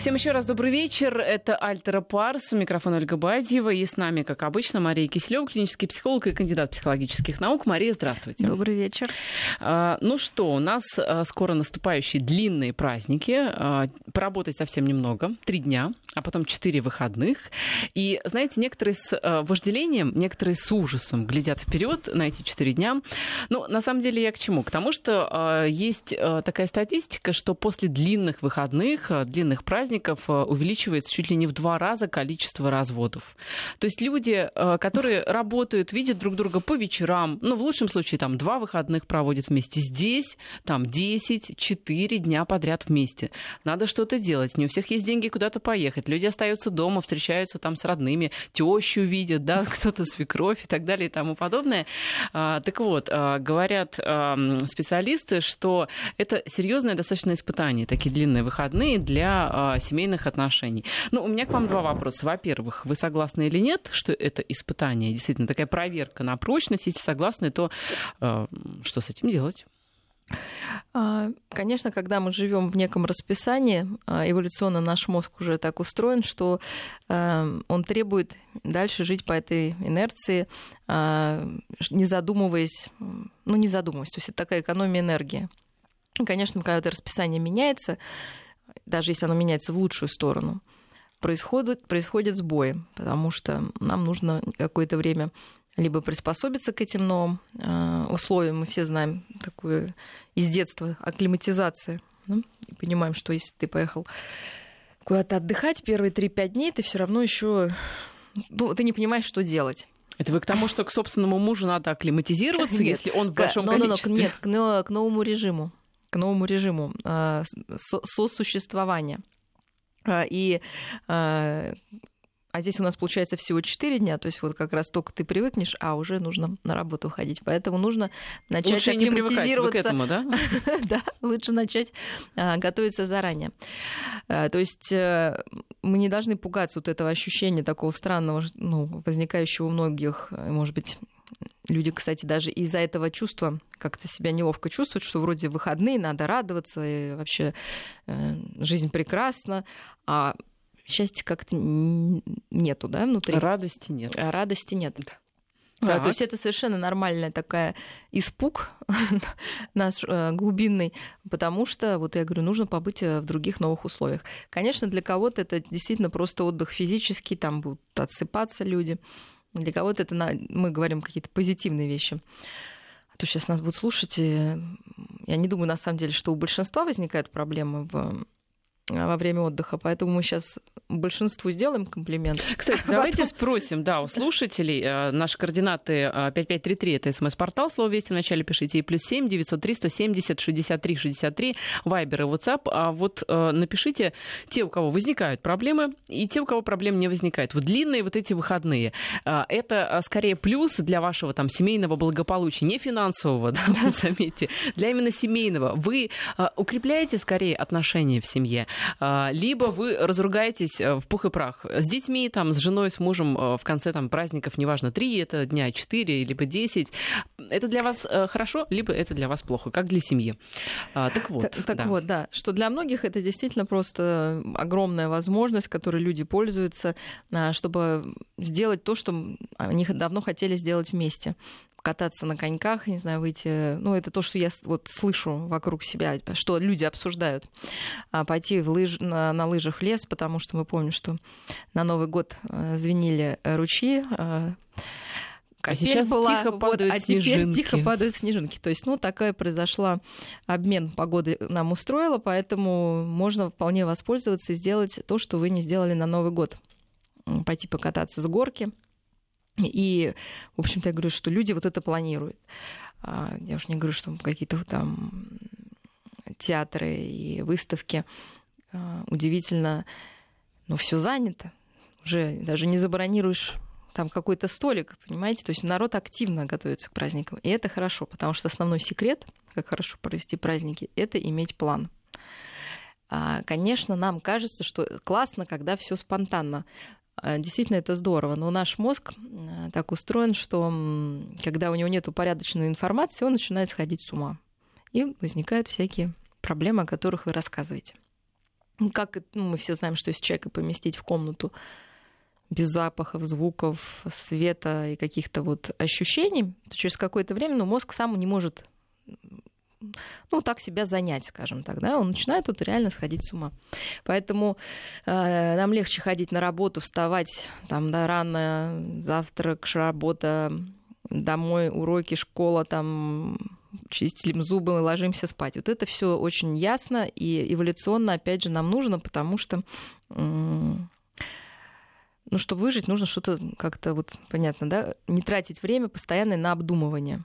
Всем еще раз добрый вечер. Это Альтера Парс. У микрофона Ольга Бадьева. И с нами, как обычно, Мария Киселева, клинический психолог и кандидат психологических наук. Мария, здравствуйте. Добрый вечер. Ну что, у нас скоро наступающие длинные праздники. Поработать совсем немного. 3 дня, а потом 4 выходных. И, знаете, некоторые с вожделением, некоторые с ужасом глядят вперед на эти 4 дня. Ну, на самом деле, я к чему? К тому, что есть такая статистика, что после длинных выходных, длинных праздников увеличивается чуть ли не в 2 раза количество разводов. То есть люди, которые работают, видят друг друга по вечерам, ну, в лучшем случае, там, 2 выходных проводят вместе. Здесь, там, 10, 4 дня подряд вместе. Надо что-то делать. Не у всех есть деньги куда-то поехать. Люди остаются дома, встречаются там с родными, тещу видят, да, кто-то свекровь и так далее и тому подобное. Так вот, говорят специалисты, что это серьезное достаточно испытание, такие длинные выходные для семейных отношений. Ну, у меня к вам 2 вопроса. Во-первых, вы согласны или нет, что это испытание, действительно такая проверка на прочность? Если согласны, то что с этим делать? Конечно, когда мы живем в неком расписании, эволюционно наш мозг уже так устроен, что он требует дальше жить по этой инерции, не задумываясь, то есть это такая экономия энергии. Конечно, когда это расписание меняется, даже если оно меняется в лучшую сторону, происходят сбои, потому что нам нужно какое-то время либо приспособиться к этим новым условиям. Мы все знаем такую из детства акклиматизация. И понимаем, что если ты поехал куда-то отдыхать первые 3-5 дней, ты все равно еще ты не понимаешь, что делать. Это вы к тому, что к собственному мужу надо акклиматизироваться, если он в большом количестве? Нет, к новому режиму. К новому режиму сосуществования. А здесь у нас получается всего 4 дня, то есть вот как раз только ты привыкнешь, а уже нужно на работу ходить. Поэтому нужно начать лучше акклиматизироваться. Не к этому, да? Да, лучше начать готовиться заранее. То есть мы не должны пугаться вот этого ощущения такого странного, возникающего у многих, может быть, люди, кстати, даже из-за этого чувства как-то себя неловко чувствуют, что вроде выходные, надо радоваться, и вообще жизнь прекрасна, а счастья как-то нету, да, внутри. Радости нет. Радости нет. Да, то есть это совершенно нормальная такая испуг наш глубинный, потому что, вот я говорю, нужно побыть в других новых условиях. Конечно, для кого-то это действительно просто отдых физический, там будут отсыпаться люди. Для кого-то это, мы говорим какие-то позитивные вещи. А то сейчас нас будут слушать, и я не думаю, на самом деле, что у большинства возникают проблемы во время отдыха, поэтому мы сейчас большинству сделаем комплимент. Кстати, давайте спросим, у слушателей, наши координаты 5533, это СМС-портал, слово «Вести» в начале пишите, и +7 903 170 63 63, Вайбер и WhatsApp, а вот напишите те, у кого возникают проблемы, и те, у кого проблем не возникает. Вот длинные вот эти выходные, это скорее плюс для вашего там семейного благополучия, не финансового, заметьте, для именно семейного. Вы укрепляете скорее отношения в семье, либо вы разругаетесь в пух и прах с детьми, там, с женой, с мужем в конце там, праздников, неважно, 3 это дня, 4, либо 10. Это для вас хорошо, либо это для вас плохо, как для семьи. Так вот, что для многих это действительно просто огромная возможность, которой люди пользуются, чтобы сделать то, что они давно хотели сделать вместе. Кататься на коньках, не знаю, выйти... это то, что я вот слышу вокруг себя, что люди обсуждают. Пойти на лыжах в лес, потому что мы помним, что на Новый год звенели ручьи, сейчас была, тихо падают снежинки. Теперь тихо падают снежинки. То есть, такая произошла, обмен погоды нам устроила, поэтому можно вполне воспользоваться и сделать то, что вы не сделали на Новый год. Пойти покататься с горки. И, в общем-то, я говорю, что люди вот это планируют. Я уж не говорю, что какие-то там театры и выставки. Удивительно, но все занято. Уже даже не забронируешь там какой-то столик, понимаете? То есть народ активно готовится к праздникам. И это хорошо, потому что основной секрет, как хорошо провести праздники, это иметь план. Конечно, нам кажется, что классно, когда все спонтанно. Действительно, это здорово, но наш мозг так устроен, что когда у него нет упорядоченной информации, он начинает сходить с ума. И возникают всякие проблемы, о которых вы рассказываете. Как мы все знаем, что если человека поместить в комнату без запахов, звуков, света и каких-то вот ощущений, то через какое-то время мозг сам не может так себя занять, скажем так, да, он начинает тут реально сходить с ума. Поэтому нам легче ходить на работу, вставать там, да, рано, завтрак, работа, домой, уроки, школа, там, чистим зубы, ложимся спать. Вот это все очень ясно и эволюционно, опять же, нам нужно, потому что, чтобы выжить, нужно что-то как-то, вот, понятно, да, не тратить время постоянно на обдумывание.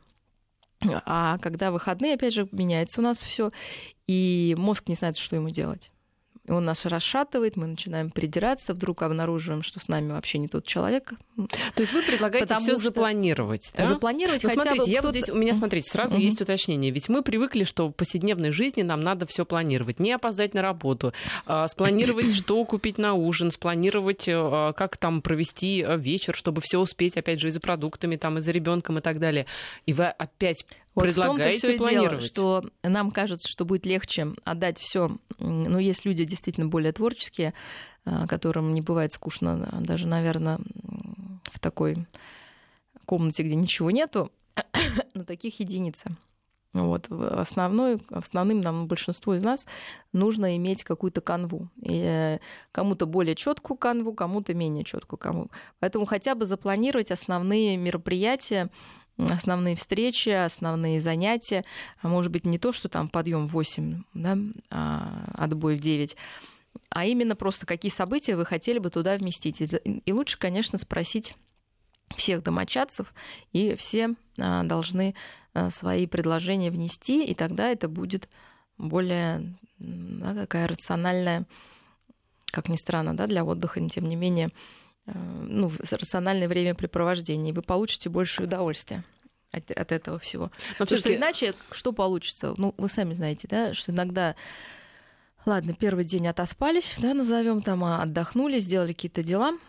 А когда выходные, опять же, меняется у нас все, и мозг не знает, что ему делать. И он нас расшатывает, мы начинаем придираться, вдруг обнаруживаем, что с нами вообще не тот человек. То есть вы предлагаете все запланировать, да? Запланировать хотя смотрите, бы у меня, смотрите, сразу есть уточнение. Ведь мы привыкли, что в повседневной жизни нам надо все планировать. Не опоздать на работу, спланировать, что купить на ужин, спланировать, как там провести вечер, чтобы все успеть, опять же, и за продуктами, там, и за ребенком и так далее. И вы опять предлагаете планировать. Дело, что нам кажется, что будет легче отдать все. Но есть люди действительно более творческие, которым не бывает скучно даже, наверное, в такой комнате, где ничего нету, но таких единица. Вот. Основным нам, большинству из нас, нужно иметь какую-то канву. И кому-то более четкую канву, кому-то менее четкую канву. Поэтому хотя бы запланировать основные мероприятия, основные встречи, основные занятия. А может быть, не то, что там подъем в 8, да, отбой в 9, а именно просто какие события вы хотели бы туда вместить. И лучше, конечно, спросить всех домочадцев, и все должны свои предложения внести, и тогда это будет более такая рациональная, как ни странно, да, для отдыха, но тем не менее, рациональное времяпрепровождение, и вы получите больше удовольствия от этого всего. Но потому что иначе что получится? Вы сами знаете, да, что иногда, ладно, первый день отоспались, да, назовем там, отдохнули, сделали какие-то дела,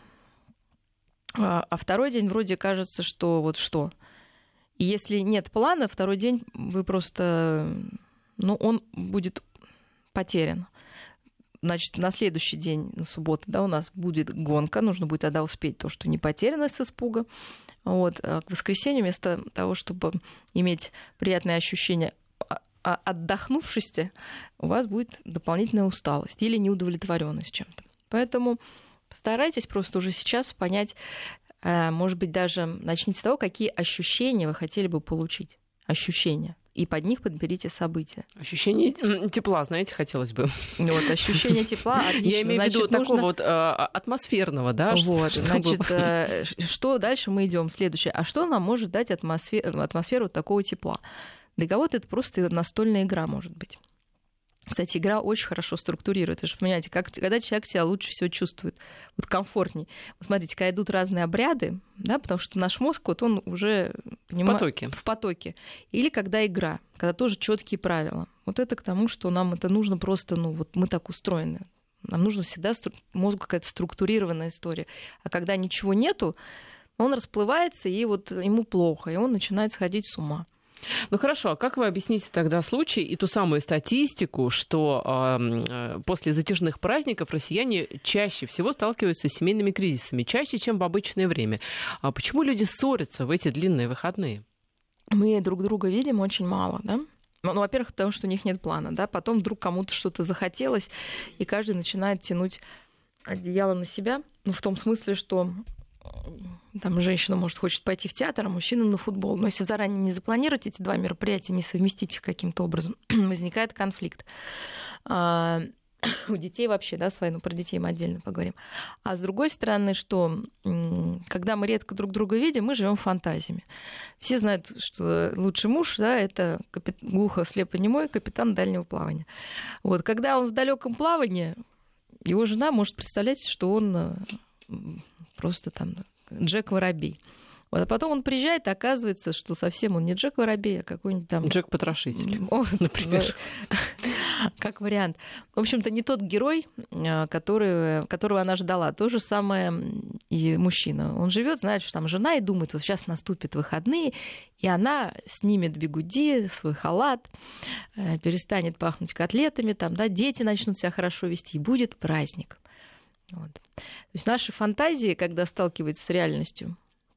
а второй день вроде кажется, что вот что. И если нет плана, второй день вы просто, он будет потерян. Значит, на следующий день, на субботу, да, у нас будет гонка, нужно будет тогда успеть то, что не потеряно с испуга. Вот. А к воскресенью вместо того, чтобы иметь приятное ощущение отдохнувшести, у вас будет дополнительная усталость или неудовлетворенность чем-то. Поэтому постарайтесь просто уже сейчас понять, может быть, даже начните с того, какие ощущения вы хотели бы получить. Ощущения. И под них подберите события. Ощущение тепла, знаете, хотелось бы. Вот, ощущение тепла, отлично. Я имею в виду такого вот атмосферного, да? Вот, значит, что дальше мы идем? Следующее. А что нам может дать атмосферу такого тепла? Для кого-то это просто настольная игра, может быть. Кстати, игра очень хорошо структурирует. Вы же понимаете, когда человек себя лучше всего чувствует, вот комфортней. Вот смотрите, когда идут разные обряды, да, потому что наш мозг, вот он уже в потоке. Или когда игра, когда тоже четкие правила. Вот это к тому, что нам это нужно просто, вот мы так устроены. Нам нужно всегда мозгу какая-то структурированная история. А когда ничего нету, он расплывается, и вот ему плохо, и он начинает сходить с ума. Ну хорошо, а как вы объясните тогда случай и ту самую статистику, что после затяжных праздников россияне чаще всего сталкиваются с семейными кризисами, чаще, чем в обычное время? А почему люди ссорятся в эти длинные выходные? Мы друг друга видим очень мало, да? Во-первых, потому что у них нет плана, да? Потом вдруг кому-то что-то захотелось, и каждый начинает тянуть одеяло на себя, в том смысле, что там женщина, может, хочет пойти в театр, а мужчина на футбол. Но если заранее не запланировать эти два мероприятия, не совместить их каким-то образом, возникает конфликт. У детей вообще, да, про детей мы отдельно поговорим. А с другой стороны, что когда мы редко друг друга видим, мы живем фантазиями. Все знают, что лучший муж, да, это глухо, слепо-немой капитан дальнего плавания. Вот, когда он в далеком плавании, его жена может представлять, что он просто там Джек Воробей. Вот, а потом он приезжает, и оказывается, что совсем он не Джек Воробей, а какой-нибудь там... Джек Потрошитель, например. как вариант. В общем-то, не тот герой, которого она ждала. То же самое и мужчина. Он живет, знает, что там жена, и думает, вот сейчас наступят выходные, и она снимет бигуди, свой халат, перестанет пахнуть котлетами, там, да, дети начнут себя хорошо вести, и будет праздник. Вот. То есть наши фантазии, когда сталкиваются с реальностью,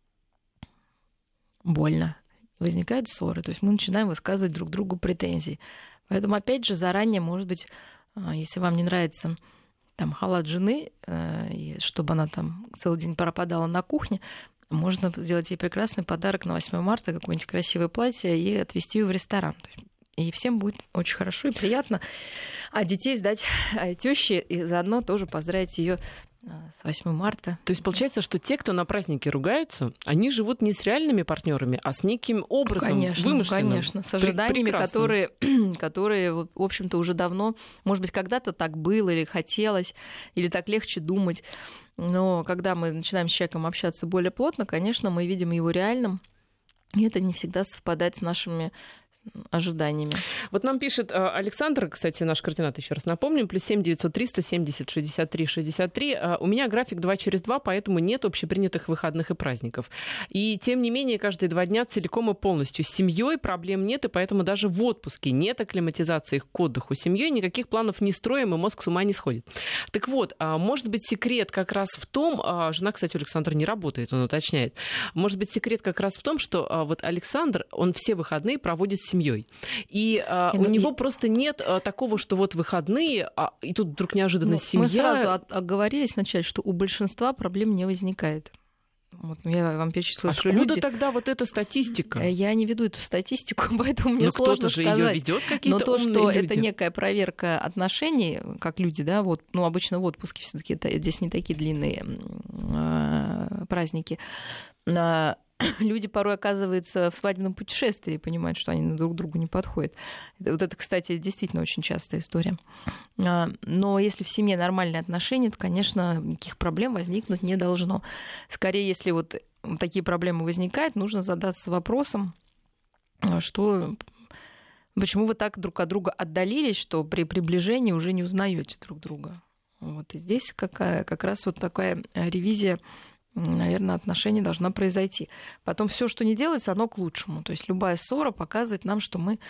больно. Возникают ссоры. То есть мы начинаем высказывать друг другу претензии. Поэтому, опять же, заранее, может быть, если вам не нравится там, халат жены, чтобы она там целый день пропадала на кухне, можно сделать ей прекрасный подарок на 8 марта, какое-нибудь красивое платье, и отвезти ее в ресторан. И всем будет очень хорошо и приятно. А детей сдать тёще и заодно тоже поздравить ее с 8 марта. То есть получается, что те, кто на празднике ругаются, они живут не с реальными партнерами, а с неким образом вымышленным. Конечно, с ожиданиями, которые, в общем-то, уже давно, может быть, когда-то так было или хотелось, или так легче думать. Но когда мы начинаем с человеком общаться более плотно, конечно, мы видим его реальным, и это не всегда совпадает с нашими ожиданиями. Вот нам пишет Александр, кстати, наш координат, еще раз напомним, +7 903 170 63 63. У меня график 2 через 2, поэтому нет общепринятых выходных и праздников. И тем не менее, каждые 2 дня целиком и полностью с семьей проблем нет, и поэтому даже в отпуске нет акклиматизации к отдыху с семьей, никаких планов не строим, и мозг с ума не сходит. Так вот, может быть, секрет как раз в том, жена, кстати, у Александра не работает, он уточняет, может быть, секрет как раз в том, что вот Александр, он все выходные проводит с семьей. И у него просто нет такого, что вот выходные, и тут вдруг неожиданно семья. Мы сразу оговорились вначале, что у большинства проблем не возникает. Вот, я вам перечислила, что люди... Откуда тогда вот эта статистика? Я не веду эту статистику, поэтому мне сложно сказать. Кто-то же её ведёт, какие-то но то, умные что люди. Это некая проверка отношений, как люди, да, вот, ну, обычно в отпуске всё-таки здесь не такие длинные праздники. Люди порой оказываются в свадебном путешествии и понимают, что они друг к другу не подходят. Вот это, кстати, действительно очень частая история. Но если в семье нормальные отношения, то, конечно, никаких проблем возникнуть не должно. Скорее, если вот такие проблемы возникают, нужно задаться вопросом, почему вы так друг от друга отдалились, что при приближении уже не узнаете друг друга. Вот. И здесь как раз вот такая ревизия, наверное, отношений должна произойти. Потом все, что не делается, оно к лучшему. То есть любая ссора показывает нам, что у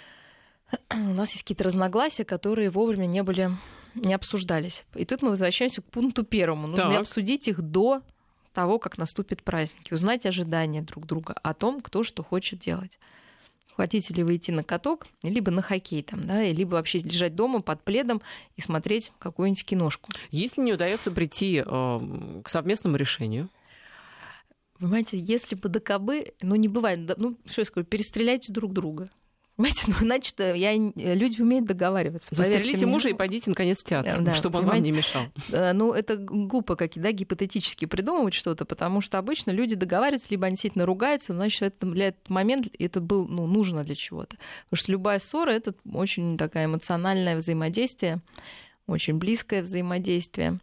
нас есть какие-то разногласия, которые вовремя не обсуждались. И тут мы возвращаемся к пункту первому. Нужно обсудить их до того, как наступит праздник, и узнать ожидания друг друга о том, кто что хочет делать. Хотите ли вы идти на каток, либо на хоккей, там, да, либо вообще лежать дома под пледом и смотреть какую-нибудь киношку. Если не удается прийти к совместному решению? Понимаете, если бы ДКБ, не бывает, что я скажу, перестреляйте друг друга. Понимаете, значит, люди умеют договариваться. Застрелите мужа и пойдите, наконец, в театр, да, чтобы он вам не мешал. Это глупо какие-то, гипотетически придумывать что-то, потому что обычно люди договариваются, либо они действительно ругаются, значит, для этого момента это было нужно для чего-то. Потому что любая ссора — это очень такое эмоциональное взаимодействие, очень близкое взаимодействие.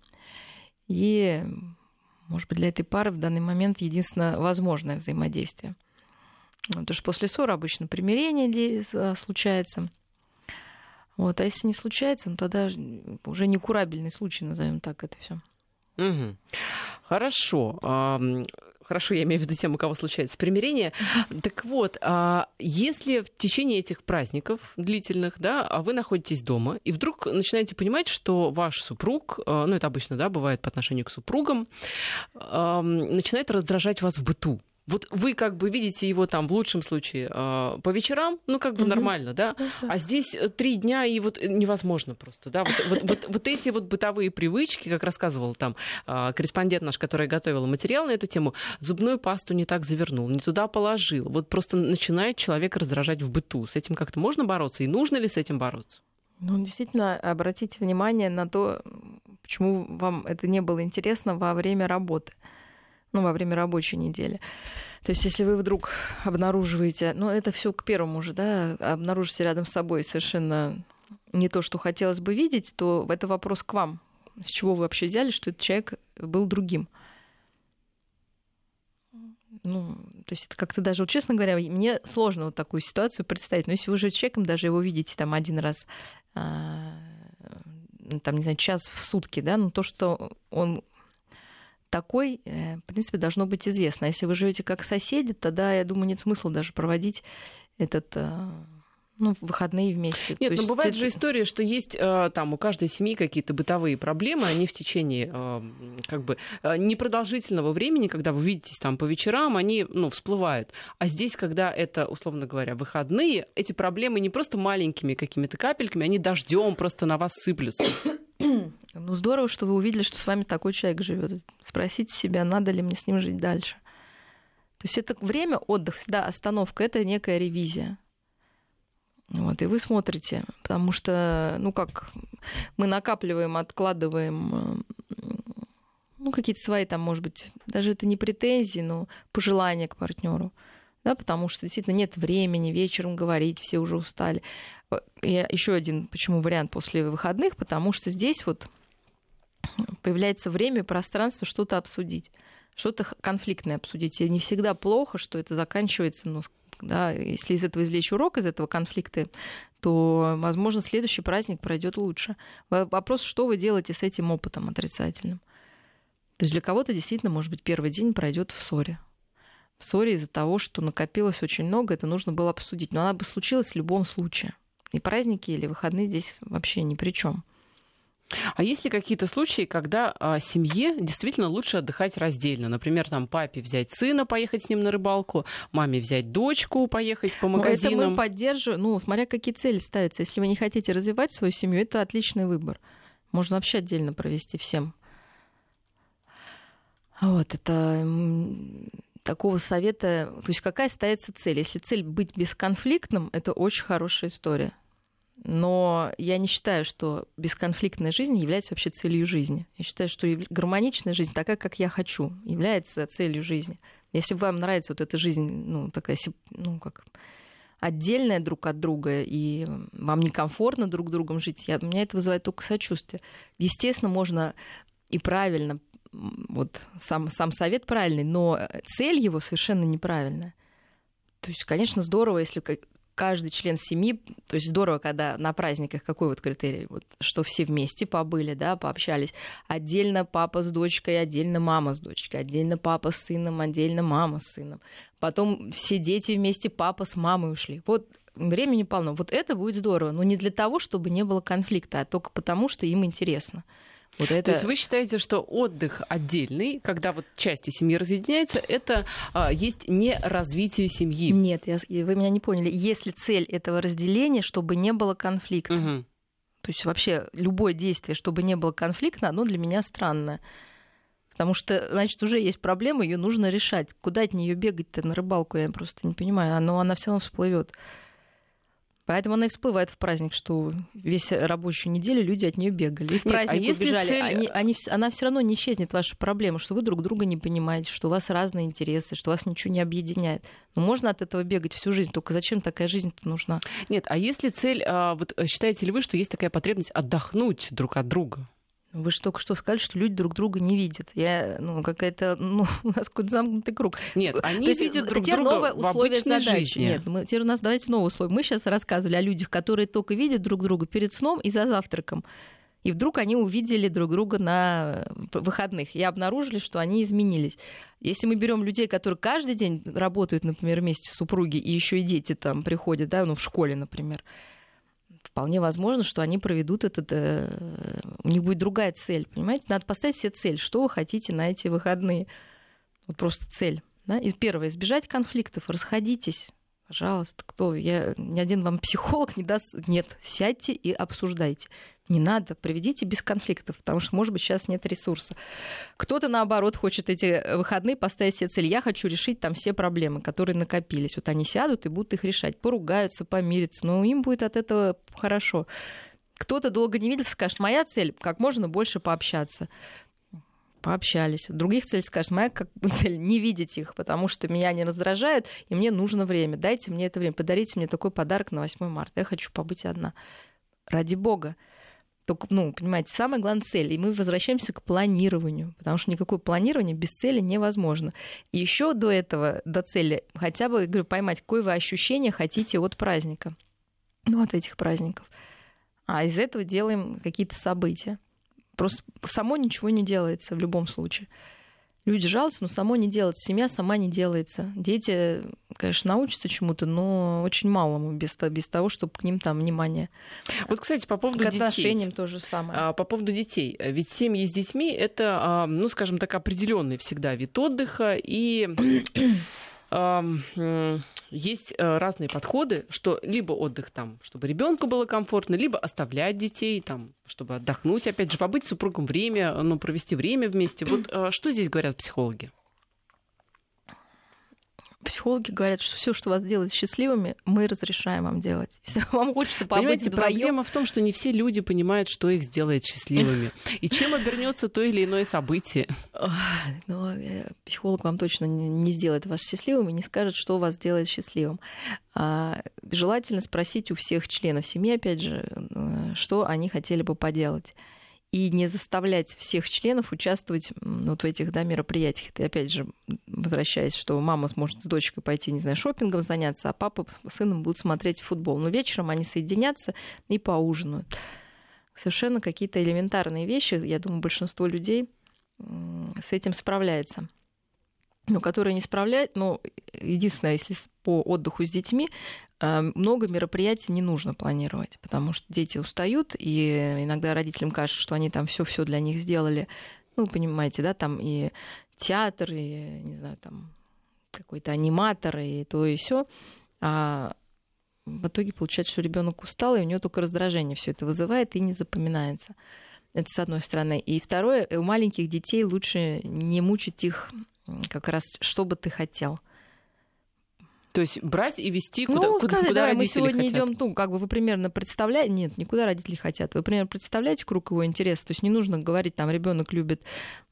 И, может быть, для этой пары в данный момент единственное возможное взаимодействие. Потому что после ссоры обычно примирение случается. Вот. А если не случается, тогда уже некурабельный случай, назовем так это все. Угу. Хорошо. Хорошо, я имею в виду тем, у кого случается примирение. Так вот, если в течение этих праздников длительных, да, вы находитесь дома, и вдруг начинаете понимать, что ваш супруг, это обычно, да, бывает по отношению к супругам, начинает раздражать вас в быту. Вот вы как бы видите его там в лучшем случае по вечерам, нормально, да, а здесь 3 дня, и вот невозможно просто, да, вот эти вот бытовые привычки, как рассказывал там корреспондент наш, который готовил материал на эту тему, зубную пасту не так завернул, не туда положил, вот просто начинает человек раздражать в быту. С этим как-то можно бороться, и нужно ли с этим бороться? Действительно, обратите внимание на то, почему вам это не было интересно во время работы. Во время рабочей недели. То есть, если вы вдруг обнаруживаете, это все к первому же, да, обнаружите рядом с собой совершенно не то, что хотелось бы видеть, то это вопрос к вам. С чего вы вообще взяли, что этот человек был другим? То есть это как-то даже, честно говоря, мне сложно вот такую ситуацию представить. Но если вы же с человеком даже его видите там один раз там, не знаю, час в сутки, да, но то, что он такой, в принципе, должно быть известно. А если вы живете как соседи, тогда, я думаю, нет смысла даже проводить этот... выходные вместе. Нет, но бывает же история, что есть там у каждой семьи какие-то бытовые проблемы, они в течение как бы непродолжительного времени, когда вы видитесь там по вечерам, они всплывают. А здесь, когда это, условно говоря, выходные, эти проблемы не просто маленькими какими-то капельками, они дождем просто на вас сыплются. Здорово, что вы увидели, что с вами такой человек живет. Спросите себя, надо ли мне с ним жить дальше. То есть это время, отдых, всегда остановка, это некая ревизия. И вы смотрите, потому что, как мы накапливаем, откладываем, какие-то свои там, может быть, даже это не претензии, но пожелания к партнеру, да, потому что действительно нет времени вечером говорить, все уже устали. И еще один, почему вариант после выходных, потому что здесь появляется время и пространство что-то обсудить, что-то конфликтное обсудить. И не всегда плохо, что это заканчивается, да, если из этого извлечь урок, из этого конфликта, то, возможно, следующий праздник пройдет лучше. Вопрос, что вы делаете с этим опытом отрицательным. То есть для кого-то действительно, может быть, первый день пройдет в ссоре. В ссоре из-за того, что накопилось очень много, это нужно было обсудить. Но она бы случилась в любом случае. И праздники или выходные здесь вообще ни при чем. А есть ли какие-то случаи, когда семье действительно лучше отдыхать раздельно? Например, там папе взять сына, поехать с ним на рыбалку, маме взять дочку, поехать по магазинам? Это мы поддерживаем, смотря какие цели ставятся. Если вы не хотите развивать свою семью, это отличный выбор. Можно вообще отдельно провести всем. Это такого совета... То есть какая ставится цель? Если цель быть бесконфликтным, это очень хорошая история. Но я не считаю, что бесконфликтная жизнь является вообще целью жизни. Я считаю, что гармоничная жизнь, такая, как я хочу, является целью жизни. Если вам нравится эта жизнь, такая, как отдельная друг от друга, и вам некомфортно друг с другом жить, меня это вызывает только сочувствие. Естественно, можно и правильно, сам совет правильный, но цель его совершенно неправильная. То есть, конечно, здорово, если каждый член семьи, то есть здорово, когда на праздниках какой критерий, что все вместе побыли, да, пообщались. Отдельно папа с дочкой, отдельно мама с дочкой, отдельно папа с сыном, отдельно мама с сыном. Потом все дети вместе, папа с мамой ушли. Времени полно. Это будет здорово, но не для того, чтобы не было конфликта, а только потому, что им интересно. То есть вы считаете, что отдых отдельный, когда части семьи разъединяются, это есть не развитие семьи? Нет, вы меня не поняли. Если цель этого разделения, чтобы не было конфликта. Угу. То есть вообще любое действие, чтобы не было конфликта, оно для меня странное. Потому что, значит, уже есть проблема, ее нужно решать. Куда от нее бегать-то на рыбалку, я просто не понимаю. Она все равно всплывет. Поэтому она и всплывает в праздник, что весь рабочую неделю люди от нее бегали. И в праздник убежали. Она все равно не исчезнет, ваша проблема, что вы друг друга не понимаете, что у вас разные интересы, что вас ничего не объединяет. Но можно от этого бегать всю жизнь. Только зачем такая жизнь-то нужна? Нет, а если цель, считаете ли вы, что есть такая потребность отдохнуть друг от друга? Вы же только что сказали, что люди друг друга не видят. У нас какой-то замкнутый круг. Нет, они видят друг друга в обычной жизни. Нет, теперь у нас давайте новые условия. Мы сейчас рассказывали о людях, которые только видят друг друга перед сном и за завтраком. И вдруг они увидели друг друга на выходных и обнаружили, что они изменились. Если мы берем людей, которые каждый день работают, например, вместе супруги, и еще и дети там приходят, да, в школе, например, вполне возможно, что они проведут у них будет другая цель, понимаете? Надо поставить себе цель, что вы хотите на эти выходные. Просто цель. Да? И первое, избежать конфликтов, расходитесь. Пожалуйста, ни один вам психолог не даст. Нет, сядьте и обсуждайте. Не надо, проведите без конфликтов, потому что, может быть, сейчас нет ресурса. Кто-то, наоборот, хочет эти выходные поставить себе цель. Я хочу решить там все проблемы, которые накопились. Они сядут и будут их решать. Поругаются, помирятся, но им будет от этого хорошо. Кто-то долго не виделся, скажет, моя цель как можно больше пообщаться. Пообщались. Других целей скажет, моя цель не видеть их, потому что меня не раздражают, и мне нужно время. Дайте мне это время, подарите мне такой подарок на 8 марта. Я хочу побыть одна. Ради бога. Только, понимаете, самая главная цель. И мы возвращаемся к планированию, потому что никакое планирование без цели невозможно. И еще до этого, до цели, хотя бы, поймать, какое вы ощущение хотите от праздника. От этих праздников. а из этого делаем какие-то события. Просто само ничего не делается в любом случае. Люди жалуются, но само не делается. Семья сама не делается. Дети, конечно, научатся чему-то, но очень малому, без того, чтобы к ним там внимание. Вот, кстати, по поводу детей. К отношениям то же самое. По поводу детей. Ведь семьи с детьми — это, ну, скажем так, определенный всегда вид отдыха. И есть разные подходы, что либо отдых там, чтобы ребенку было комфортно, либо оставлять детей там, чтобы отдохнуть, опять же, побыть с супругом время, ну, провести время вместе. Вот что здесь говорят психологи? Психологи говорят, что все, что вас делает счастливыми, мы разрешаем вам делать. Если вам хочется побыть вдвоем. Проблема в том, что не все люди понимают, что их сделает счастливыми. И чем обернется то или иное событие. Но психолог вам точно не сделает вас счастливым и не скажет, что вас делает счастливым. Желательно спросить у всех членов семьи, опять же, что они хотели бы поделать. И не заставлять всех членов участвовать вот в этих, да, мероприятиях. И опять же, возвращаясь, что мама сможет с дочкой пойти, не знаю, шопингом заняться, а папа с сыном будут смотреть футбол. Но вечером они соединятся и поужинают. Совершенно какие-то элементарные вещи, я думаю, большинство людей с этим справляется. Но которые не справляют, ну, единственное, если по отдыху с детьми, много мероприятий не нужно планировать, потому что дети устают, и иногда родителям кажется, что они там все для них сделали. Ну, понимаете, да, там и театр, и, не знаю, там какой-то аниматор, и то, и сё. А в итоге получается, что ребенок устал, и у него только раздражение все это вызывает и не запоминается. Это с одной стороны. И второе, у маленьких детей лучше не мучить их как раз, что бы ты хотел. То есть брать и вести куда давай, родители мы сегодня хотят. идем, ну, как бы вы примерно представляете, нет, никуда родители хотят. Вы примерно представляете круг его интереса. То есть не нужно говорить, там, ребенок любит,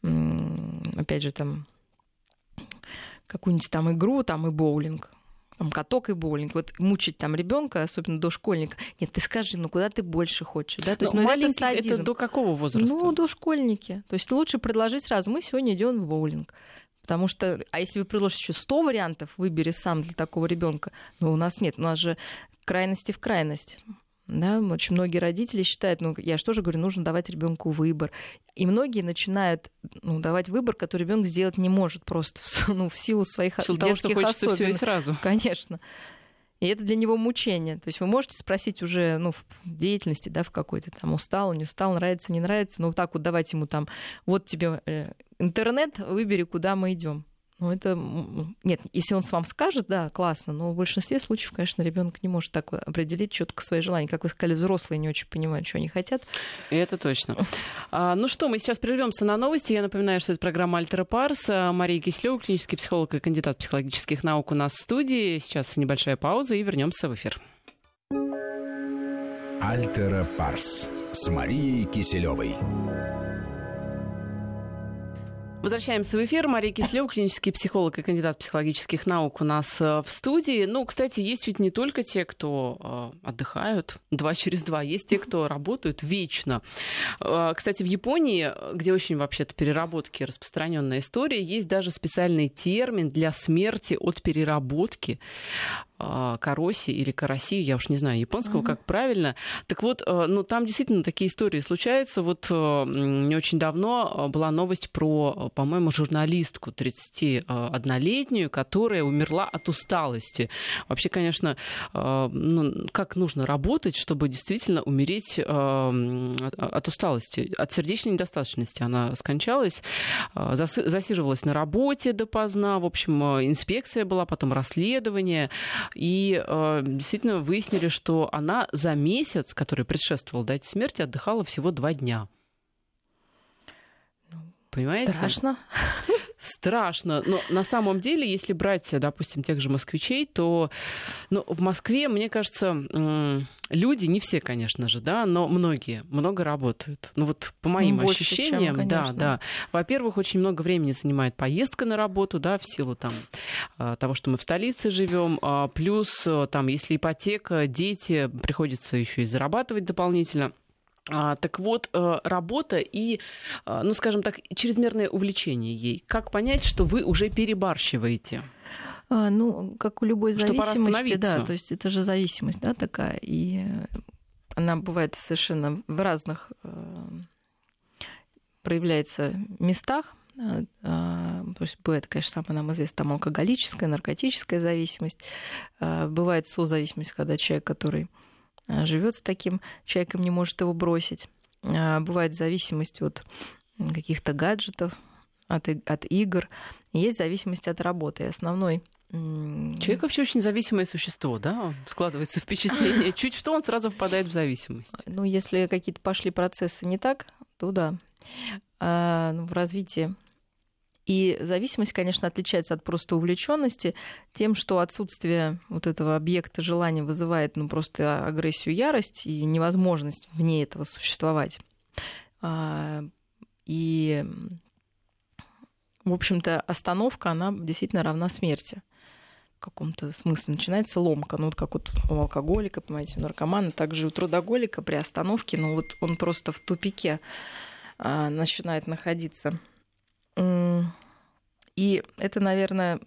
опять же, там, какую-нибудь там игру, там, и боулинг. Там, каток и боулинг. Вот мучить там ребенка, особенно дошкольника. Нет, ты скажи, ну куда ты больше хочешь? Да? То есть, маленький это до какого возраста? Ну, дошкольники. То есть лучше предложить сразу. Мы сегодня идем в боулинг. Потому что, а если вы предложите еще 100 вариантов, выбери сам для такого ребенка, но у нас нет, у нас же крайности в крайность. Да? Очень многие родители считают, ну, я же тоже говорю, нужно давать ребенку выбор. И многие начинают давать выбор, который ребенок сделать не может просто в силу своих детских хочется всё и сразу. Конечно. И это для него мучение. То есть вы можете спросить уже в деятельности, да, в какой-то там устал, не устал, нравится, не нравится, но вот так вот давать ему там, вот тебе интернет, выбери, куда мы идем. Ну, это... Нет, если он вам скажет, да, классно, но в большинстве случаев, конечно, ребенок не может так определить четко свои желания. Как вы сказали, взрослые не очень понимают, что они хотят. Это точно. Ну что, мы сейчас прервемся на новости. Я напоминаю, что это программа «Альтера Парс». Мария Киселёва, клинический психолог и кандидат психологических наук у нас в студии. Сейчас небольшая пауза и вернемся в эфир. «Альтера Парс» с Марией Киселёвой. Возвращаемся в эфир. Мария Киселёва, клинический психолог и кандидат психологических наук у нас в студии. Ну, кстати, есть ведь не только те, кто отдыхают 2 через 2, есть те, кто работают вечно. Кстати, в Японии, где очень вообще-то переработки распространенная история, есть даже специальный термин для смерти от переработки. Кароси или караси, я уж не знаю японского, как правильно. Так вот, там действительно такие истории случаются. Вот не очень давно была новость про, по-моему, журналистку 31-летнюю, которая умерла от усталости. Вообще, конечно, как нужно работать, чтобы действительно умереть от усталости, от сердечной недостаточности. Она скончалась, засиживалась на работе допоздна. В общем, инспекция была, потом расследование. И действительно выяснили, что она за месяц, который предшествовал дате смерти, отдыхала всего 2 дня. Понимаете? Страшно. Страшно. Но на самом деле, если брать, допустим, тех же москвичей, то в Москве, мне кажется, люди, не все, конечно же, да, но многие много работают. Ну вот по моим ощущениям, чем, да. Во-первых, очень много времени занимает поездка на работу, да, в силу того, что мы в столице живем. Плюс, если ипотека, дети, приходится еще и зарабатывать дополнительно. Так вот, работа и, скажем так, чрезмерное увлечение ей. Как понять, что вы уже перебарщиваете? Как у любой зависимости, да, то есть это же зависимость, да, такая. И она бывает совершенно в разных проявляется местах. То есть бывает, конечно, самое нам известно, там алкоголическая, наркотическая зависимость. Бывает созависимость, когда человек, который живет с таким человеком, не может его бросить. Бывает зависимость от каких-то гаджетов, от игр. Есть зависимость от работы. И основной... Человек вообще очень зависимое существо, да? Складывается впечатление. Чуть что, он сразу впадает в зависимость. Ну, если какие-то пошли процессы не так, то да. В развитии. И зависимость, конечно, отличается от просто увлеченности тем, что отсутствие вот этого объекта желания вызывает просто агрессию, ярость и невозможность вне этого существовать. И, в общем-то, остановка, она действительно равна смерти. В каком-то смысле начинается ломка. Ну, вот как вот у алкоголика, понимаете, у наркомана, также у трудоголика при остановке, ну, вот он просто в тупике начинает находиться. И это, наверное,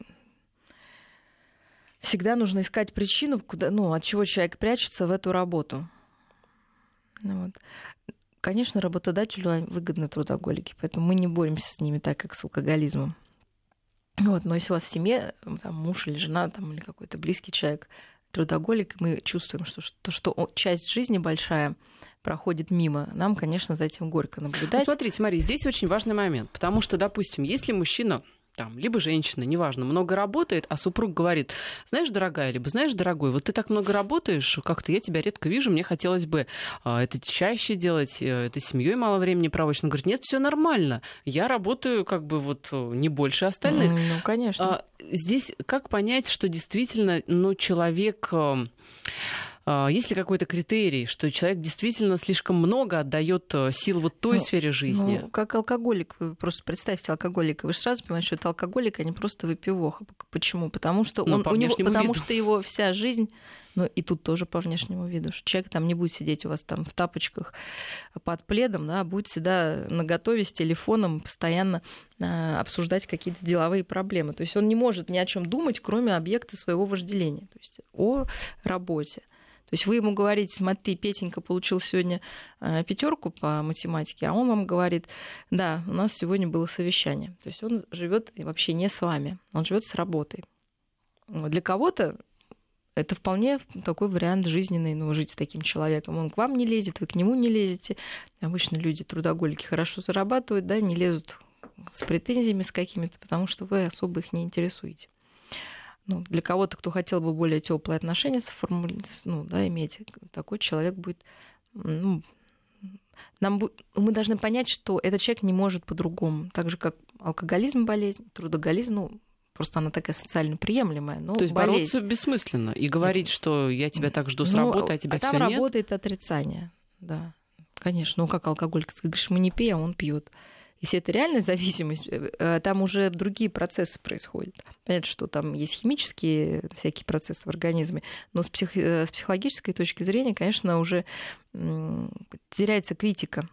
всегда нужно искать причину, куда, от чего человек прячется в эту работу. Вот. Конечно, работодателю выгодны трудоголики, поэтому мы не боремся с ними так, как с алкоголизмом. Вот. Но если у вас в семье там, муж или жена там, или какой-то близкий человек трудоголик, мы чувствуем, что часть жизни большая проходит мимо, нам, конечно, за этим горько наблюдать. Ну, смотрите, Мария, здесь очень важный момент, потому что, допустим, если мужчина, либо женщина, неважно, много работает, а супруг говорит: знаешь, дорогая, либо знаешь, дорогой, вот ты так много работаешь, как-то я тебя редко вижу, мне хотелось бы это чаще делать, это с семьей мало времени проводишь. Он говорит: нет, все нормально, я работаю не больше остальных. Ну, конечно. Здесь как понять, что действительно, человек... Есть ли какой-то критерий, что человек действительно слишком много отдает сил в той сфере жизни? Как алкоголик, вы просто представьте алкоголика, вы же сразу понимаете, что это алкоголик, а не просто выпивоха. Почему? Потому что что его вся жизнь, и тут тоже по внешнему виду, что человек там не будет сидеть у вас там в тапочках под пледом, да, будет всегда наготове с телефоном постоянно обсуждать какие-то деловые проблемы. То есть он не может ни о чем думать, кроме объекта своего вожделения, то есть о работе. То есть вы ему говорите: смотри, Петенька получил сегодня 5 по математике, а он вам говорит: да, у нас сегодня было совещание. То есть он живет вообще не с вами, он живет с работой. Для кого-то это вполне такой вариант жизненный, жить с таким человеком. Он к вам не лезет, вы к нему не лезете. Обычно люди, трудоголики, хорошо зарабатывают, да, не лезут с претензиями с какими-то, потому что вы особо их не интересуете. Для кого-то, кто хотел бы более теплые отношения иметь, такой человек будет... мы должны понять, что этот человек не может по-другому. Так же, как алкоголизм, болезнь, трудоголизм, просто она такая социально приемлемая. То есть бороться бессмысленно и говорить, что я тебя так жду с работы, а тебя всё нет? Там работает отрицание, да, конечно. Как алкоголик, ты говоришь: мы не пей, а он пьет. Если это реальная зависимость, там уже другие процессы происходят. Понятно, что там есть химические всякие процессы в организме, но с психологической точки зрения, конечно, уже теряется критика.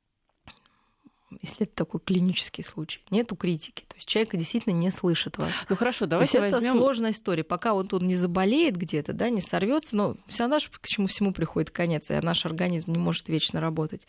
Если это такой клинический случай. Нету критики. То есть человек действительно не слышит вас. Хорошо, давайте возьмем... Это сложная история. Пока он не заболеет где-то, да, не сорвется, но все равно к чему всему приходит конец, и наш организм не может вечно работать.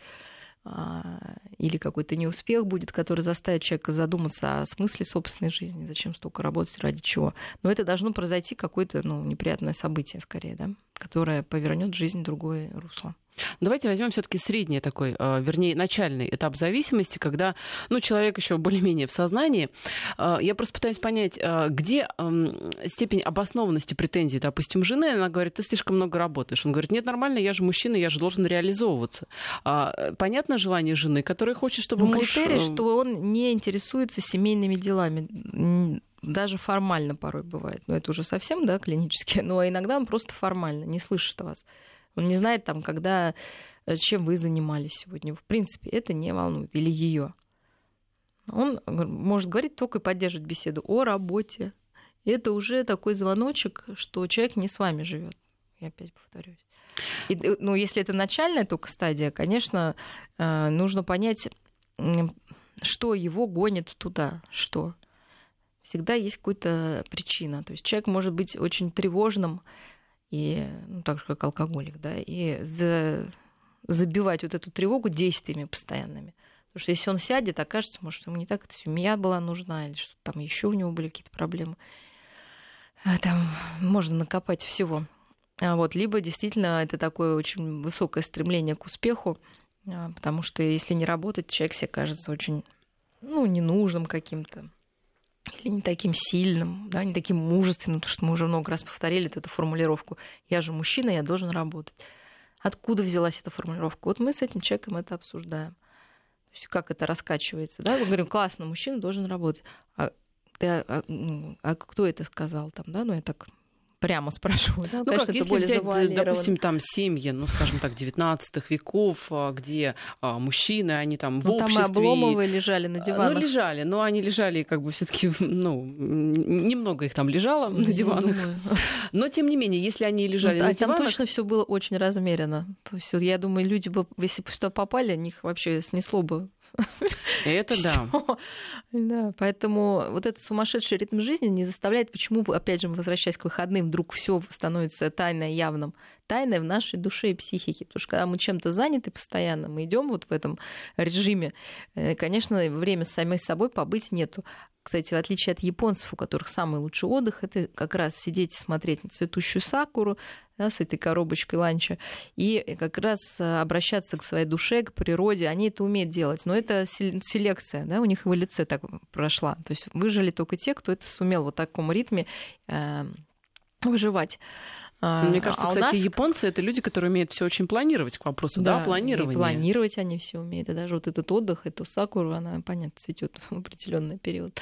Или какой-то неуспех будет, который заставит человека задуматься о смысле собственной жизни, зачем столько работать, ради чего. Но это должно произойти какое-то неприятное событие, скорее, да, которое повернет жизнь в другое русло. Давайте возьмем все-таки средний такой, начальный этап зависимости, когда человек еще более-менее в сознании. Я просто пытаюсь понять, где степень обоснованности претензий, допустим, жены. Она говорит: ты слишком много работаешь. Он говорит: нет, нормально, я же мужчина, я же должен реализовываться. Понятно желание жены, которая хочет, чтобы муж... Критерий, что он не интересуется семейными делами. Даже формально порой бывает. Но это уже совсем, да, клинически. Но иногда он просто формально не слышит вас. Он не знает, чем вы занимались сегодня. В принципе, это не волнует. Или ее. Он может говорить только и поддерживать беседу о работе. И это уже такой звоночек, что человек не с вами живет. Я опять повторюсь. Если это начальная только стадия, конечно, нужно понять, что его гонит туда. Что? Всегда есть какая-то причина. То есть человек может быть очень тревожным, и так же, как алкоголик, да, и забивать вот эту тревогу действиями постоянными. Потому что если он сядет, окажется, может, ему не так эта семья была нужна, или что там еще у него были какие-то проблемы. Там можно накопать всего. Либо действительно это такое очень высокое стремление к успеху, потому что если не работать, человек себе кажется очень ненужным каким-то, или не таким сильным, да, не таким мужественным, потому что мы уже много раз повторили эту формулировку «я же мужчина, я должен работать». Откуда взялась эта формулировка? Вот мы с этим человеком это обсуждаем. То есть как это раскачивается, да? Мы говорим, классно, мужчина должен работать. А кто это сказал там, да? Я так прямо спрашиваю. Да? Конечно, как, если взять, допустим, там семьи, скажем так, 19 веков, где мужчины, они там в обществе... Там и Обломовы лежали на диванах. Лежали, но они лежали как бы всё-таки, немного их там лежало на диванах. Но, тем не менее, если они лежали на диванах... Там точно все было очень размеренно. То есть, я думаю, люди бы, если бы сюда попали, них вообще снесло бы. Это да. Да. Поэтому вот этот сумасшедший ритм жизни не заставляет, почему, опять же, возвращаясь к выходным, вдруг все становится тайное явным. Тайное в нашей душе и психике. Потому что когда мы чем-то заняты постоянно, мы идем вот в этом режиме, конечно, время с самой собой побыть нету. Кстати, в отличие от японцев, у которых самый лучший отдых, это как раз сидеть и смотреть на цветущую сакуру, да, с этой коробочкой ланча, и как раз обращаться к своей душе, к природе. Они это умеют делать. Но это селекция, да, у них эволюция так прошла. То есть выжили только те, кто это сумел в вот таком ритме выживать. Мне кажется, кстати, японцы — это люди, которые умеют все очень планировать, к вопросу, да, планирования. И планировать они все умеют. И даже вот этот отдых, эту сакуру, она, понятно, цветет в определенный период.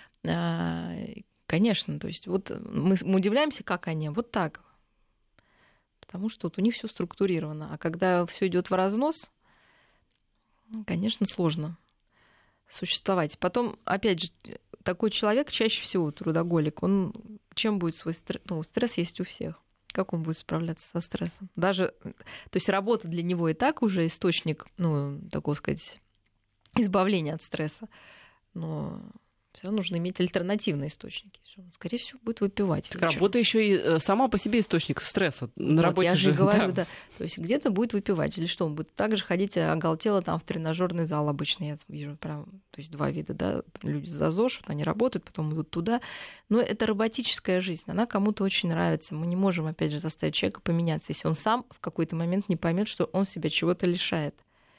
Конечно, то есть вот мы удивляемся, как они, вот так. Потому что вот у них все структурировано. А когда все идет в разнос, конечно, сложно существовать. Потом, опять же, такой человек чаще всего трудоголик. Он чем будет свой стресс? Стресс есть у всех. Как он будет справляться со стрессом? Даже, то есть работа для него и так уже источник, такого сказать, избавления от стресса. Но все равно нужно иметь альтернативные источники. Он, скорее всего, будет выпивать. Так работа еще и сама по себе источник стресса. На работе я же говорю, да. То есть где-то будет выпивать. Или что, он будет также ходить оголтело там в тренажерный зал обычно. Я вижу прям, то есть два вида, да, люди за ЗОЖ, вот они работают, потом идут туда. Но это роботическая жизнь. Она кому-то очень нравится. Мы не можем, опять же, заставить человека поменяться, если он сам в какой-то момент не поймет, что он себя чего-то лишает.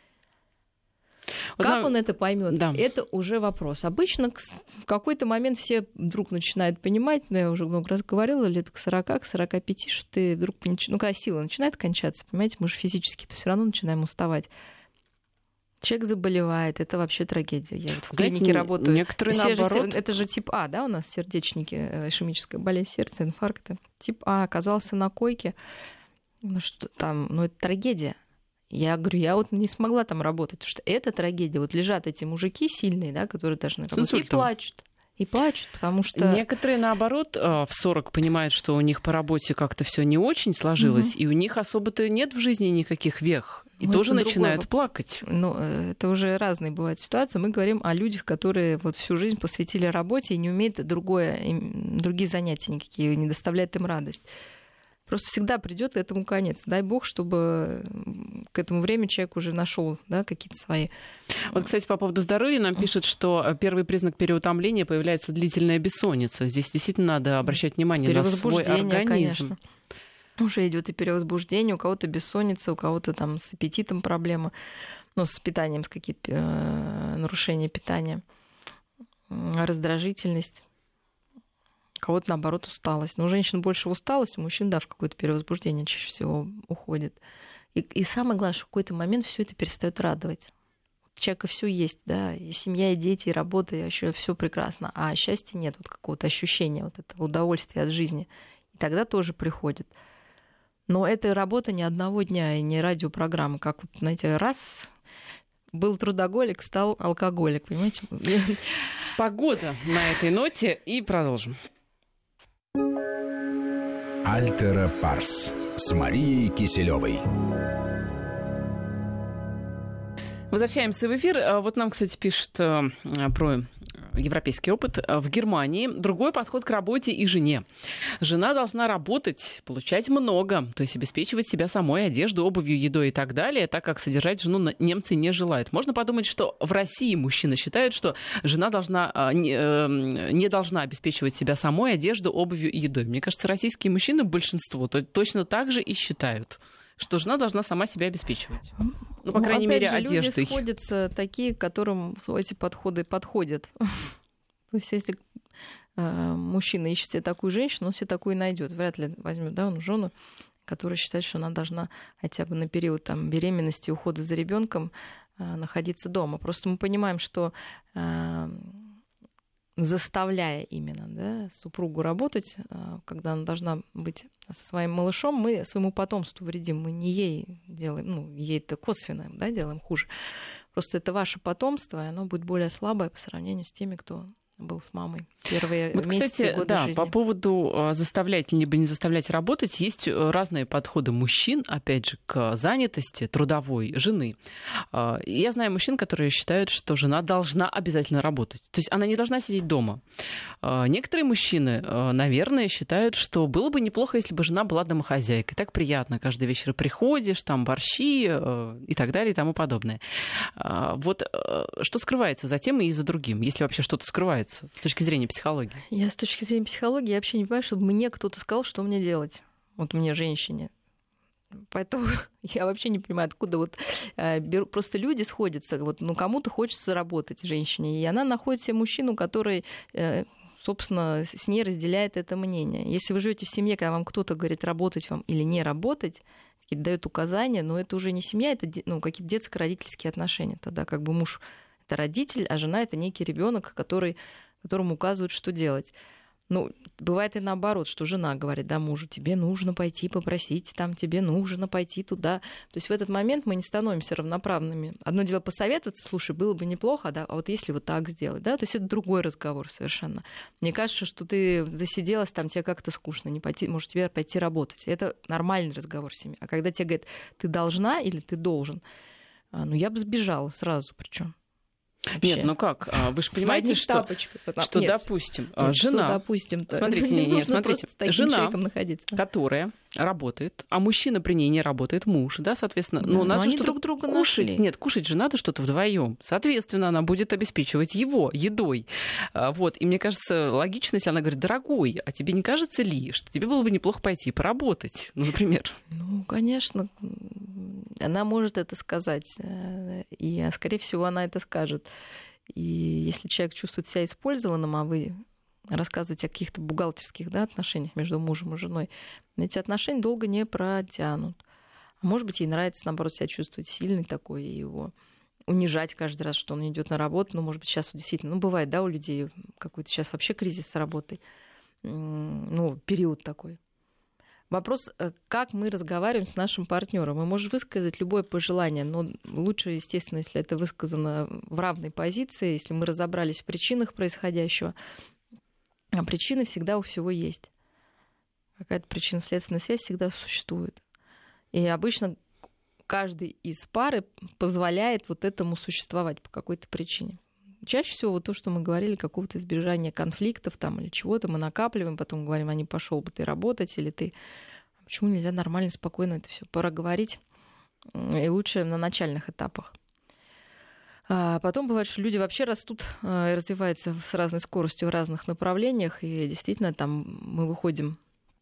Как он это поймет? Да. Это уже вопрос. Обычно в какой-то момент все вдруг начинают понимать, я уже много раз говорила, лет к 40, к 45, что ты вдруг когда сила начинает кончаться, понимаете, мы же физически-то все равно начинаем уставать. Человек заболевает, это вообще трагедия. Я вот в клинике работаю. Некоторые наоборот. Это же тип А, да, у нас сердечники, ишемическая болезнь сердца, инфаркты. Тип А оказался на койке. Что там, это трагедия. Я говорю, я вот не смогла там работать, потому что это трагедия. Вот лежат эти мужики сильные, да, которые должны работать, и плачут. И плачут, потому что... Некоторые, наоборот, в 40 понимают, что у них по работе как-то все не очень сложилось, и у них особо-то нет в жизни никаких вех. И тоже начинают плакать. Это уже разные бывают ситуации. Мы говорим о людях, которые вот всю жизнь посвятили работе и не умеют другие занятия никакие, не доставляют им радость. Просто всегда придет этому конец. Дай бог, чтобы к этому времени человек уже нашел, да, какие-то свои. Вот, кстати, по поводу здоровья нам пишут, что первый признак переутомления появляется длительная бессонница. Здесь действительно надо обращать внимание на свой организм. Конечно. Уже идет и перевозбуждение, у кого-то бессонница, у кого-то там с аппетитом проблемы, с питанием, с какие-то нарушения питания, раздражительность. У кого-то, наоборот, усталость. Но у женщин больше усталость, у мужчин, в какое-то перевозбуждение чаще всего уходит. И самое главное, что в какой-то момент все это перестает радовать. У человека все есть, да, и семья, и дети, и работа, и вообще все прекрасно. А счастья нет, вот какого-то ощущения, вот этого удовольствия от жизни. И тогда тоже приходит. Но это работа не одного дня и не радиопрограммы. Как, вот, знаете, раз был трудоголик, стал алкоголик, понимаете? Погода на этой ноте, и продолжим. Альтера Парс с Марией Киселёвой. Возвращаемся в эфир. Вот нам, кстати, пишут про европейский опыт. В Германии другой подход к работе и жене. Жена должна работать, получать много, то есть обеспечивать себя самой одеждой, обувью, едой и так далее, так как содержать жену немцы не желают. Можно подумать, что в России мужчины считают, что жена не должна обеспечивать себя самой одеждой, обувью и едой. Мне кажется, российские мужчины, большинство, точно так же и считают, что жена должна сама себя обеспечивать. Ну, по крайней мере, одеждой. Люди сходятся такие, которым эти подходы подходят. То есть, если мужчина ищет себе такую женщину, он себе такую и найдет. Вряд ли возьмет, да, он жену, которая считает, что она должна хотя бы на период там, беременности, ухода за ребенком находиться дома. Просто мы понимаем, что заставляя именно, да, супругу работать, когда она должна быть со своим малышом, мы своему потомству вредим, мы не ей делаем, ну, ей это косвенно, да, делаем хуже. Просто это ваше потомство, и оно будет более слабое по сравнению с теми, кто был с мамой первые вот, месяцы, кстати, годы да, жизни. По поводу заставлять либо не заставлять работать, есть разные подходы мужчин, опять же, к занятости трудовой жены. Я знаю мужчин, которые считают, что жена должна обязательно работать. То есть она не должна сидеть дома. Некоторые мужчины, наверное, считают, что было бы неплохо, если бы жена была домохозяйкой. Так приятно, каждый вечер приходишь, там борщи и так далее и тому подобное. Вот что скрывается за тем и за другим, если вообще что-то скрывается с точки зрения психологии? Я с точки зрения психологии вообще не понимаю, чтобы мне кто-то сказал, что мне делать. Вот мне, женщине. Поэтому я вообще не понимаю, откуда вот просто люди сходятся. Вот, ну, кому-то хочется работать, женщине, и она находит себе мужчину, который, собственно, с ней разделяет это мнение. Если вы живете в семье, когда вам кто-то говорит работать вам или не работать, какие-то дают указания, но это уже не семья, это какие-то детско-родительские отношения. Тогда как бы муж — это родитель, а жена — это некий ребенок, которому указывают, что делать. Ну, бывает и наоборот, что жена говорит, да, мужу, тебе нужно пойти попросить, там, тебе нужно пойти туда. То есть в этот момент мы не становимся равноправными. Одно дело посоветоваться, слушай, было бы неплохо, да, а вот если вот так сделать, да, то есть это другой разговор совершенно. Мне кажется, что ты засиделась, там, тебе как-то скучно, не пойти, может, тебе пойти работать. Это нормальный разговор в семье. А когда тебе говорят, ты должна или ты должен, ну, я бы сбежала сразу причем. Вообще. Нет, ну как? Вы же понимаете, что допустим, жена... Смотрите, жена, которая работает, а мужчина при ней не работает, муж, да, соответственно, ну, надо они что-то друг друга кушать. нашли. Нет, кушать же надо что-то вдвоем. Соответственно, она будет обеспечивать его едой. Вот. И мне кажется, логично, если она говорит, дорогой, а тебе не кажется ли, что тебе было бы неплохо пойти поработать, например? Ну, конечно, она может это сказать, и, скорее всего, она это скажет. И если человек чувствует себя использованным, а вы рассказываете о каких-то бухгалтерских, да, отношениях между мужем и женой, эти отношения долго не протянут. А может быть, ей нравится, наоборот, себя чувствовать сильной такой, и его унижать каждый раз, что он идет на работу. Ну, может быть, сейчас действительно, бывает, да, у людей какой-то сейчас вообще кризис с работой, ну, период такой. Вопрос, как мы разговариваем с нашим партнером. Мы можем высказать любое пожелание, но лучше, естественно, если это высказано в равной позиции, если мы разобрались в причинах происходящего. А причины всегда у всего есть. Какая-то причинно-следственная связь всегда существует. И обычно каждый из пары позволяет вот этому существовать по какой-то причине. Чаще всего вот то, что мы говорили, какого-то избежания конфликтов там, или чего-то, мы накапливаем, потом говорим, а не пошел бы ты работать, или ты... Почему нельзя нормально, спокойно это все проговорить? И лучше на начальных этапах. А потом бывает, что люди вообще растут и развиваются с разной скоростью в разных направлениях, и действительно там мы выходим,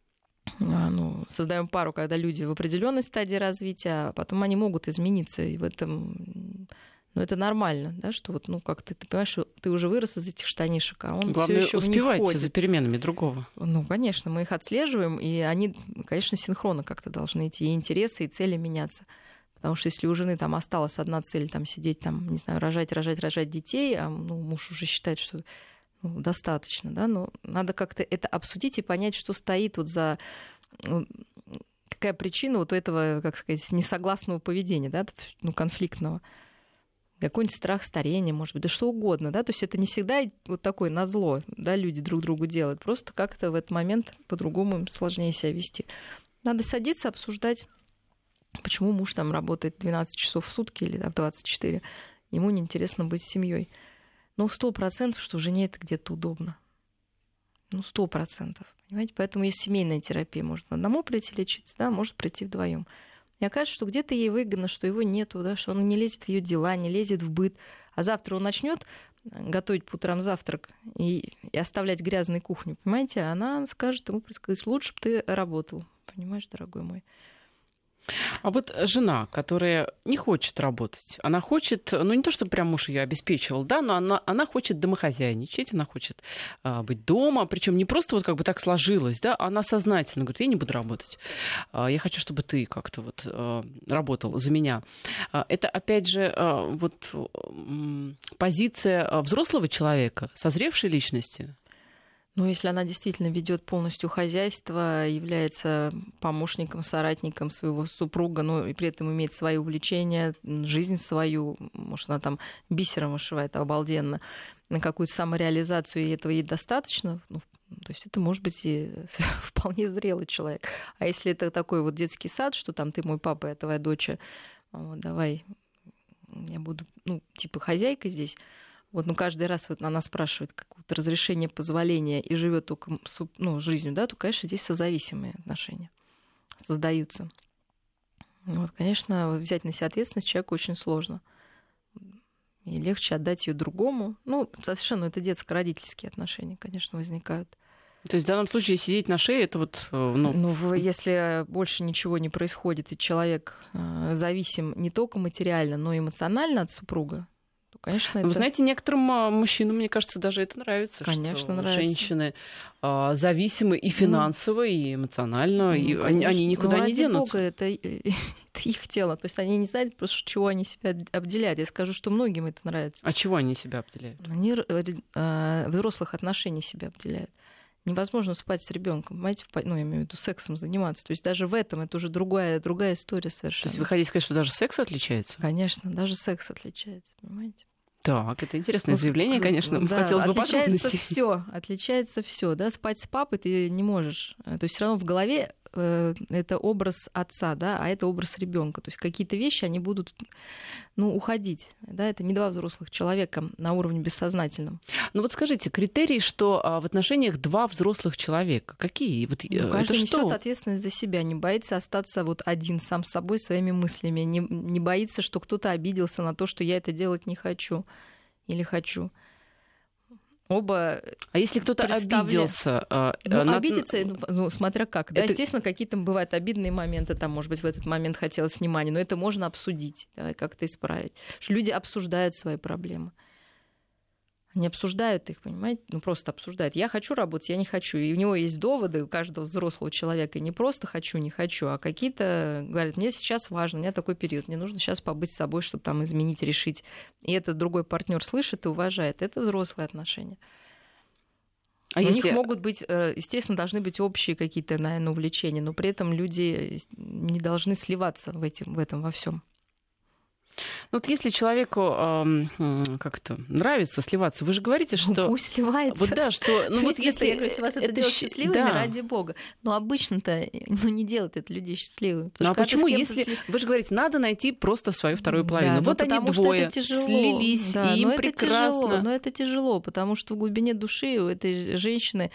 создаем пару, когда люди в определенной стадии развития, а потом они могут измениться, и в этом... Но это нормально, да, что вот, как ты понимаешь, что ты уже вырос из этих штанишек, а он главное, все еще успевайте за переменами другого. Ну, конечно, мы их отслеживаем, и они, конечно, синхронно как-то должны идти, и интересы, и цели меняться. Потому что если у жены там осталась одна цель, там сидеть, там, не знаю, рожать детей, а муж уже считает, что достаточно, да, но надо как-то это обсудить и понять, что стоит вот за... какая причина вот этого, как сказать, несогласного поведения, да, конфликтного. Какой-нибудь страх старения, может быть, да что угодно, да, то есть это не всегда вот такое назло, да, люди друг другу делают, просто как-то в этот момент по-другому им сложнее себя вести. Надо садиться, обсуждать, почему муж там работает 12 часов в сутки или 24, ему неинтересно быть с семьей. 100%, что жене это где-то удобно. 100%. Понимаете? Поэтому есть семейная терапия. Может одному прийти лечиться, да, может прийти вдвоем. И окажется, что где-то ей выгодно, что его нету, да, что он не лезет в ее дела, не лезет в быт. А завтра он начнет готовить по утрам завтрак и оставлять грязной кухню, понимаете? Она скажет ему, лучше бы ты работал. Понимаешь, дорогой мой? А вот жена, которая не хочет работать, она хочет, не то, чтобы прям муж ее обеспечивал, да, но она хочет домохозяйничать, она хочет быть дома, причем не просто вот как бы так сложилось, да, она сознательно говорит, я не буду работать, я хочу, чтобы ты как-то вот работал за меня. Это, опять же, вот позиция взрослого человека, созревшей личности. Если она действительно ведет полностью хозяйство, является помощником, соратником своего супруга, и при этом имеет свои увлечения, жизнь свою, может, она там бисером вышивает обалденно, на какую-то самореализацию, и этого ей достаточно, то есть это может быть и вполне зрелый человек. А если это такой вот детский сад, что там ты мой папа, я твоя дочь, давай, я буду, хозяйкой здесь. Каждый раз она спрашивает какое-то разрешение, позволение и живет только жизнью, да, то, конечно, здесь созависимые отношения создаются. Конечно, взять на себя ответственность человеку очень сложно. И легче отдать ее другому. Совершенно это детско-родительские отношения, конечно, возникают. То есть в данном случае сидеть на шее, это вот... Если больше ничего не происходит, и человек зависим не только материально, но и эмоционально от супруга, конечно, Вы знаете, некоторым мужчинам, мне кажется, даже это нравится. Конечно, что нравится. Женщины зависимы и финансово, и эмоционально, и они никуда не денутся. Бога, это их тело. То есть они не знают просто, чего они себя обделяют. Я скажу, что многим это нравится. А чего они себя обделяют? Они взрослых отношений себя обделяют. Невозможно спать с ребенком, понимаете, я имею в виду сексом заниматься. То есть даже в этом это уже другая история совершенно. То есть вы хотите сказать, что даже секс отличается? Конечно, даже секс отличается, понимаете? Так, это интересное заявление, конечно. Да, хотелось бы подробностей. Отличается все, да, спать с папой ты не можешь. То есть все равно в голове это образ отца, да, а это образ ребенка. То есть какие-то вещи, они будут, уходить. Да, это не два взрослых человека на уровне бессознательном. Вот скажите, критерии, что в отношениях два взрослых человека, какие? Каждый несет ответственность за себя, не боится остаться один сам с собой, своими мыслями, не боится, что кто-то обиделся на то, что я это делать не хочу или хочу. Оба. А если кто-то обиделся? Обидеться, смотря как. Да, естественно, какие-то бывают обидные моменты, там, может быть, в этот момент хотелось внимания, но это можно обсудить, да, как-то исправить. Что люди обсуждают свои проблемы. Они обсуждают их, понимаете? Просто обсуждают. Я хочу работать, я не хочу. И у него есть доводы, у каждого взрослого человека. Не просто хочу, не хочу, а какие-то говорят, мне сейчас важно, у меня такой период, мне нужно сейчас побыть с собой, чтобы там изменить, решить. И этот другой партнер слышит и уважает. Это взрослые отношения. У них могут быть, естественно, должны быть общие какие-то, наверное, увлечения, но при этом люди не должны сливаться в этом во всем. Если человеку как-то нравится сливаться, вы же говорите, что... Пусть сливается. Что... если я говорю, если вас это делает счастливыми, ради бога. Но обычно-то не делают это людей счастливыми. А почему, если... Вы же говорите, надо найти просто свою вторую половину. Да, они двое слились, и им прекрасно. Но это тяжело, потому что в глубине души у этой женщины,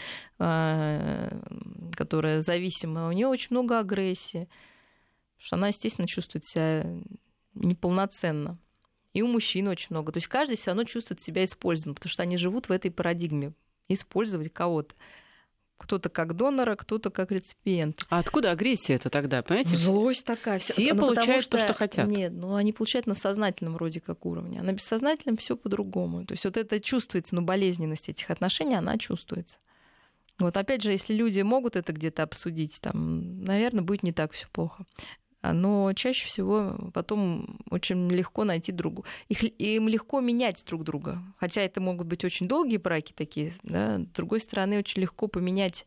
которая зависима, у нее очень много агрессии. Потому что она, естественно, чувствует себя... неполноценно. И у мужчин очень много. То есть каждый все равно чувствует себя использованным, потому что они живут в этой парадигме. Использовать кого-то. Кто-то как донора, кто-то как реципиент. А откуда агрессия-то тогда, понимаете? Злость такая. Все получают то, что хотят. Нет, они получают на сознательном вроде как уровне. А на бессознательном все по-другому. То есть это чувствуется, болезненность этих отношений, она чувствуется. Опять же, если люди могут это где-то обсудить, там, наверное, будет не так все плохо. Но чаще всего потом очень легко найти другу. Им легко менять друг друга. Хотя это могут быть очень долгие браки такие. Да? С другой стороны, очень легко поменять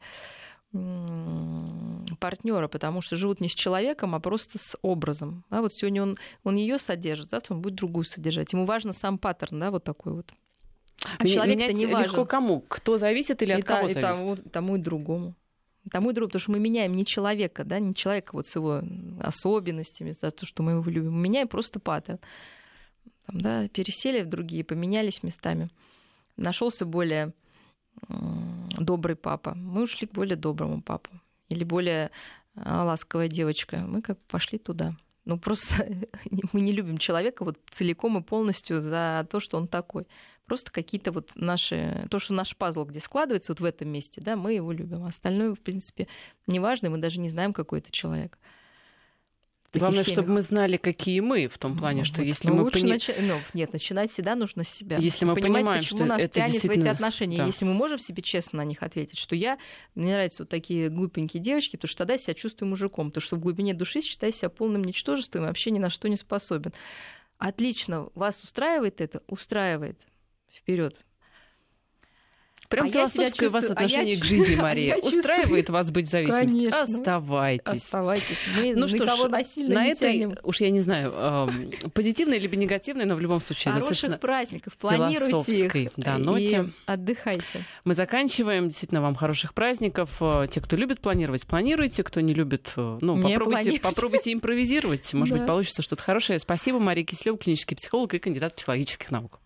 партнера, потому что живут не с человеком, а просто с образом. Да? Сегодня он ее содержит, завтра он будет другую содержать. Ему важен сам паттерн, да, такой. А человек-то не важен. Легко кому? Кто зависит или от кого зависит? Тому и другому. Тому и другому, потому что мы меняем не человека, да, не человека с его особенностями, за то, что мы его любим. Мы меняем просто паттерн. Пересели в другие, поменялись местами. нашелся более добрый папа, мы ушли к более доброму папу. Или более ласковая девочка, мы как пошли туда. Ну, просто мы не любим человека вот целиком и полностью за то, что он такой. Просто какие-то вот наши... То, что наш пазл где складывается, вот в этом месте, да, мы его любим. А остальное, в принципе, неважно, мы даже не знаем, какой это человек. Главное, чтобы мы знали, какие мы, в том плане, что если мы... Нет, начинать всегда нужно с себя. Если мы понимаем, почему что нас это тянет действительно... в эти отношения. Да. Если мы можем себе честно на них ответить, что мне нравятся вот такие глупенькие девочки, потому что тогда я себя чувствую мужиком, потому что в глубине души считаю себя полным ничтожеством и вообще ни на что не способен. Отлично, вас устраивает это? Устраивает. Вперед. Прям философское у вас отношение к жизни, Мария. Устраивает вас быть зависимым? Конечно. Оставайтесь. Мы никого насильно не тянем. Уж я не знаю, позитивное либо негативное, но в любом случае хороших праздников. Планируйте их ноте. И отдыхайте. Мы заканчиваем. Действительно, вам хороших праздников. Те, кто любит планировать, планируйте. Кто не любит, попробуйте импровизировать. Может быть, получится что-то хорошее. Спасибо, Мария Киселёва, клинический психолог и кандидат психологических наук.